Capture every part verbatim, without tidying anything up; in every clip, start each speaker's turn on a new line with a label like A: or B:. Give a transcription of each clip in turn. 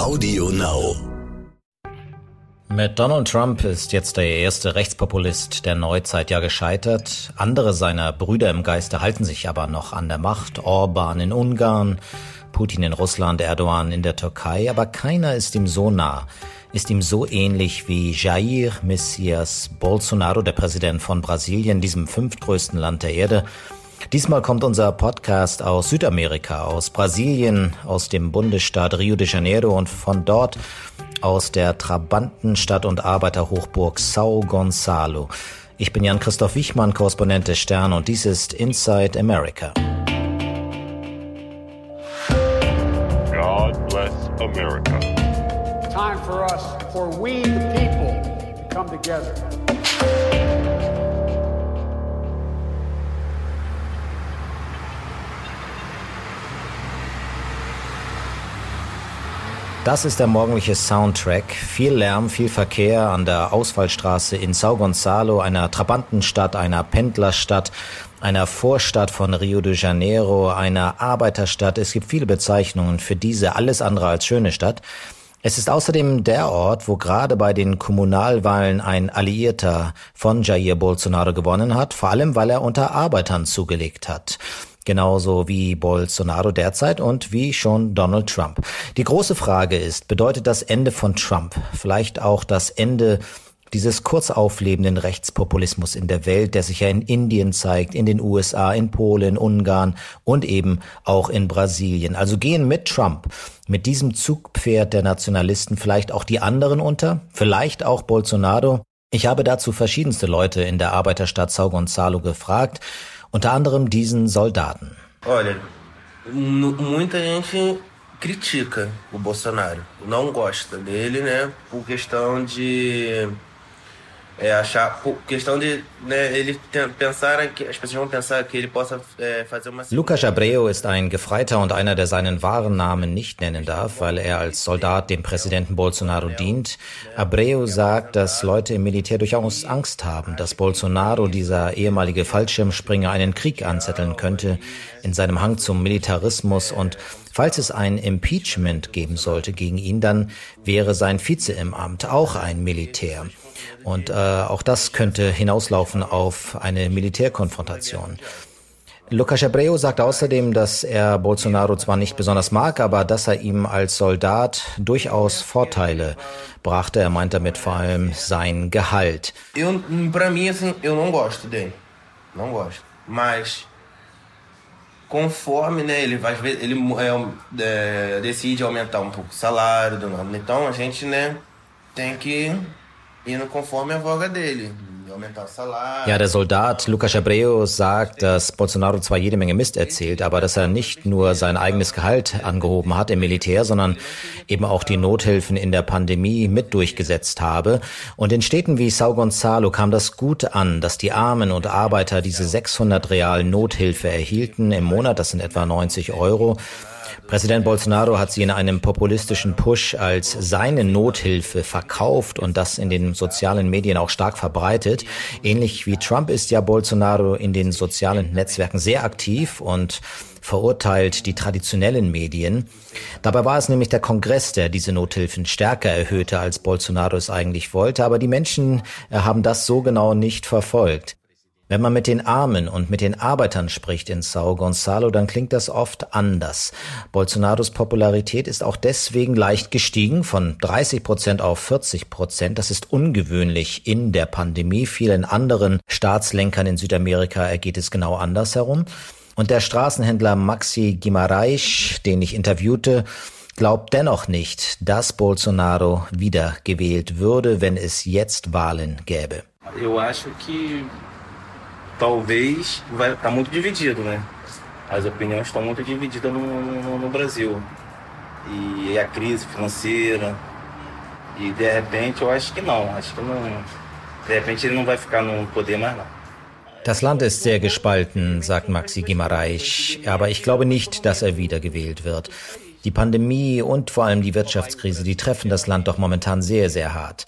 A: Audio Now.
B: Mit Donald Trump ist jetzt der erste Rechtspopulist der Neuzeit ja gescheitert. Andere seiner Brüder im Geiste halten sich aber noch an der Macht. Orban in Ungarn, Putin in Russland, Erdogan in der Türkei. Aber keiner ist ihm so nah, ist ihm so ähnlich wie Jair Messias Bolsonaro, der Präsident von Brasilien, diesem fünftgrößten Land der Erde. Diesmal kommt unser Podcast aus Südamerika, aus Brasilien, aus dem Bundesstaat Rio de Janeiro und von dort aus der Trabantenstadt und Arbeiterhochburg São Gonçalo. Ich bin Jan-Christoph Wichmann, Korrespondent des Stern, und dies ist Inside America.
C: God bless America.
D: Time for us, for we the people, to come together.
B: Das ist der morgendliche Soundtrack. Viel Lärm, viel Verkehr an der Ausfallstraße in São Gonçalo, einer Trabantenstadt, einer Pendlerstadt, einer Vorstadt von Rio de Janeiro, einer Arbeiterstadt. Es gibt viele Bezeichnungen für diese alles andere als schöne Stadt. Es ist außerdem der Ort, wo gerade bei den Kommunalwahlen ein Alliierter von Jair Bolsonaro gewonnen hat, vor allem weil er unter Arbeitern zugelegt hat. Genauso wie Bolsonaro derzeit und wie schon Donald Trump. Die große Frage ist, bedeutet das Ende von Trump vielleicht auch das Ende dieses kurz auflebenden Rechtspopulismus in der Welt, der sich ja in Indien zeigt, in den U S A, in Polen, Ungarn und eben auch in Brasilien? Also gehen mit Trump, mit diesem Zugpferd der Nationalisten, vielleicht auch die anderen unter, vielleicht auch Bolsonaro? Ich habe dazu verschiedenste Leute in der Arbeiterstadt São Gonçalo gefragt, unter anderem diesen Soldaten.
E: Olha, muita gente critica o Bolsonaro, não gosta dele, né, por questão de é, achar, por questão de, né, ele pensar que as pessoas vão pensar que ele possa é, fazer uma.
B: Lucas Abreu ist ein Gefreiter und einer, der seinen wahren Namen nicht nennen darf, weil er als Soldat dem Präsidenten Bolsonaro dient. Abreu sagt, dass Leute im Militär durchaus Angst haben, dass Bolsonaro, dieser ehemalige Fallschirmspringer, einen Krieg anzetteln könnte in seinem Hang zum Militarismus, und falls es ein Impeachment geben sollte gegen ihn, dann wäre sein Vize im Amt auch ein Militär. Und äh, auch das könnte hinauslaufen auf eine Militärkonfrontation. Lucas Abreu sagt außerdem, dass er Bolsonaro zwar nicht besonders mag, aber dass er ihm als Soldat durchaus Vorteile brachte. Er meint damit vor allem sein Gehalt.
E: Eu, pra mim, assim, eu não gosto dele. Não gosto. Mas conforme, né, ele vai, ele é, decide aumentar um pouco o salário do nome. Então a gente, né, tem que ir conforme a voga dele.
B: Ja, der Soldat Lucas Abreu sagt, dass Bolsonaro zwar jede Menge Mist erzählt, aber dass er nicht nur sein eigenes Gehalt angehoben hat im Militär, sondern eben auch die Nothilfen in der Pandemie mit durchgesetzt habe. Und in Städten wie São Gonçalo kam das gut an, dass die Armen und Arbeiter diese sechshundert Real Nothilfe erhielten im Monat, das sind etwa neunzig Euro. Präsident Bolsonaro hat sie in einem populistischen Push als seine Nothilfe verkauft und das in den sozialen Medien auch stark verbreitet. Ähnlich wie Trump ist ja Bolsonaro in den sozialen Netzwerken sehr aktiv und verurteilt die traditionellen Medien. Dabei war es nämlich der Kongress, der diese Nothilfen stärker erhöhte, als Bolsonaro es eigentlich wollte. Aber die Menschen haben das so genau nicht verfolgt. Wenn man mit den Armen und mit den Arbeitern spricht in São Gonçalo, dann klingt das oft anders. Bolsonaros Popularität ist auch deswegen leicht gestiegen, von dreißig Prozent auf vierzig Prozent. Das ist ungewöhnlich in der Pandemie. Vielen anderen Staatslenkern in Südamerika ergeht es genau andersherum. Und der Straßenhändler Maxi Guimarães, den ich interviewte, glaubt dennoch nicht, dass Bolsonaro wiedergewählt würde, wenn es jetzt Wahlen gäbe.
E: Eu acho que talvez vai estar muito dividido, né? As opiniões estão muito divididas no, no, no Brasil. E a crise financeira. E de repente eu acho que não. Acho que não. De repente ele não vai ficar no poder mais não.
B: Das Land ist sehr gespalten, sagt Maxi Guimarães, aber ich glaube nicht, dass er wiedergewählt wird. Die Pandemie und vor allem die Wirtschaftskrise, die treffen das Land doch momentan sehr, sehr hart.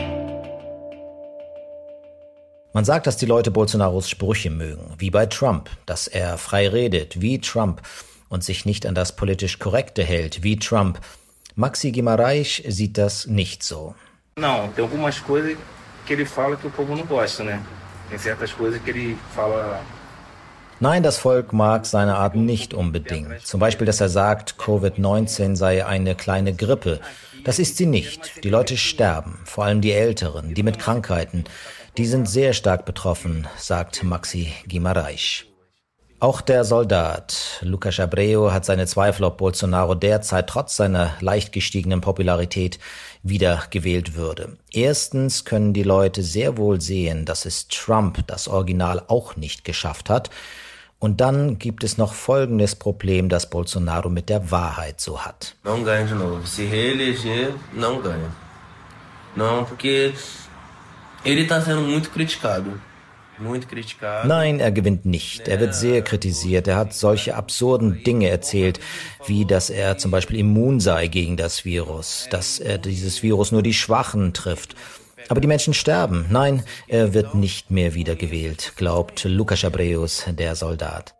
B: Man sagt, dass die Leute Bolsonaros Sprüche mögen, wie bei Trump, dass er frei redet, wie Trump, und sich nicht an das politisch Korrekte hält, wie Trump, Maxi Guimarães sieht das nicht so.
E: Não, tem algumas coisas que ele fala que o povo não gosta, né? Tem certas coisas que ele fala.
B: Nein, das Volk mag seine Art nicht unbedingt. Zum Beispiel, dass er sagt, Covid neunzehn sei eine kleine Grippe. Das ist sie nicht. Die Leute sterben, vor allem die Älteren, die mit Krankheiten. Die sind sehr stark betroffen, sagt Maxi Guimarães. Auch der Soldat Lucas Abreu hat seine Zweifel, ob Bolsonaro derzeit trotz seiner leicht gestiegenen Popularität wieder gewählt würde. Erstens können die Leute sehr wohl sehen, dass es Trump das Original auch nicht geschafft hat. Und dann gibt es noch folgendes Problem, das Bolsonaro mit der Wahrheit so hat.
A: Não ganha de novo. Se reeleger, não ganha. Não, porque ele está sendo muito criticado.
B: Nein, er gewinnt nicht. Er wird sehr kritisiert. Er hat solche absurden Dinge erzählt, wie dass er zum Beispiel immun sei gegen das Virus, dass er dieses Virus nur die Schwachen trifft. Aber die Menschen sterben. Nein, er wird nicht mehr wiedergewählt, glaubt Lucas Abreu, der Soldat.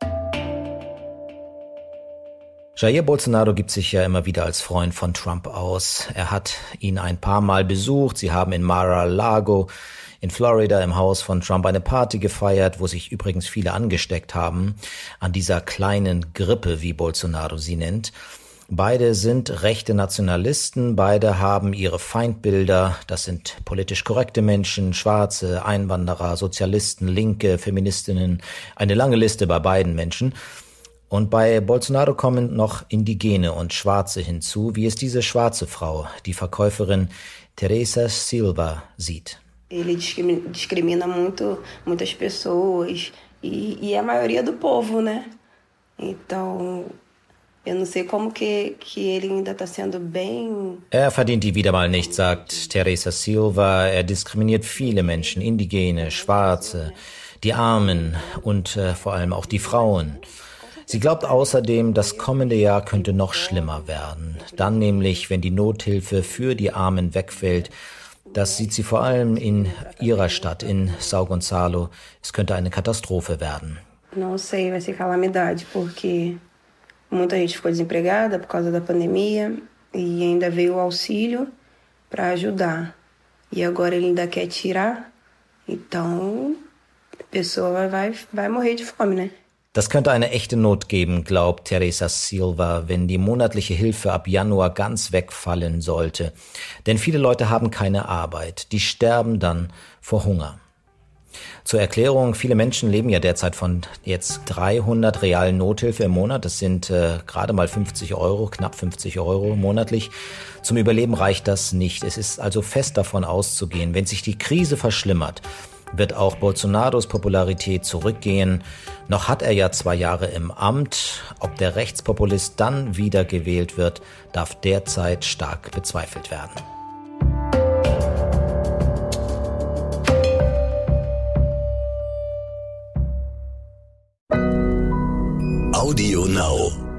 B: Jair Bolsonaro gibt sich ja immer wieder als Freund von Trump aus. Er hat ihn ein paar Mal besucht. Sie haben in Mar-a-Lago in Florida im Haus von Trump eine Party gefeiert, wo sich übrigens viele angesteckt haben an dieser kleinen Grippe, wie Bolsonaro sie nennt. Beide sind rechte Nationalisten, beide haben ihre Feindbilder. Das sind politisch korrekte Menschen, Schwarze, Einwanderer, Sozialisten, Linke, Feministinnen. Eine lange Liste bei beiden Menschen. Und bei Bolsonaro kommen noch Indigene und Schwarze hinzu, wie es diese schwarze Frau, die Verkäuferin Teresa Silva, sieht.
C: Ele discrimina muito, muitas pessoas e, e a maioria do povo, né? Então, eu não sei como que, que ele ainda está sendo bem...
B: Er verdient die wieder mal nicht, sagt Teresa Silva. Er diskriminiert viele Menschen, Indigene, Schwarze, die Armen und äh, vor allem auch die Frauen. Sie glaubt außerdem, das kommende Jahr könnte noch schlimmer werden. Dann nämlich, wenn die Nothilfe für die Armen wegfällt. Das sieht sie vor allem in ihrer Stadt, in São Gonçalo. Es könnte eine Katastrophe werden.
C: Não sei, vai ser calamidade, porque muita gente ficou desempregada por causa da pandemia e ainda veio o auxílio para ajudar. E agora ele ainda quer tirar, então a pessoa vai, vai, vai morrer de fome, né?
B: Das könnte eine echte Not geben, glaubt Teresa Silva, wenn die monatliche Hilfe ab Januar ganz wegfallen sollte. Denn viele Leute haben keine Arbeit, die sterben dann vor Hunger. Zur Erklärung, viele Menschen leben ja derzeit von jetzt dreihundert realen Nothilfe im Monat. Das sind äh, gerade mal fünfzig Euro, knapp fünfzig Euro monatlich. Zum Überleben reicht das nicht. Es ist also fest davon auszugehen, wenn sich die Krise verschlimmert, wird auch Bolsonaros Popularität zurückgehen. Noch hat er ja zwei Jahre im Amt. Ob der Rechtspopulist dann wieder gewählt wird, darf derzeit stark bezweifelt werden.
F: Audio Now.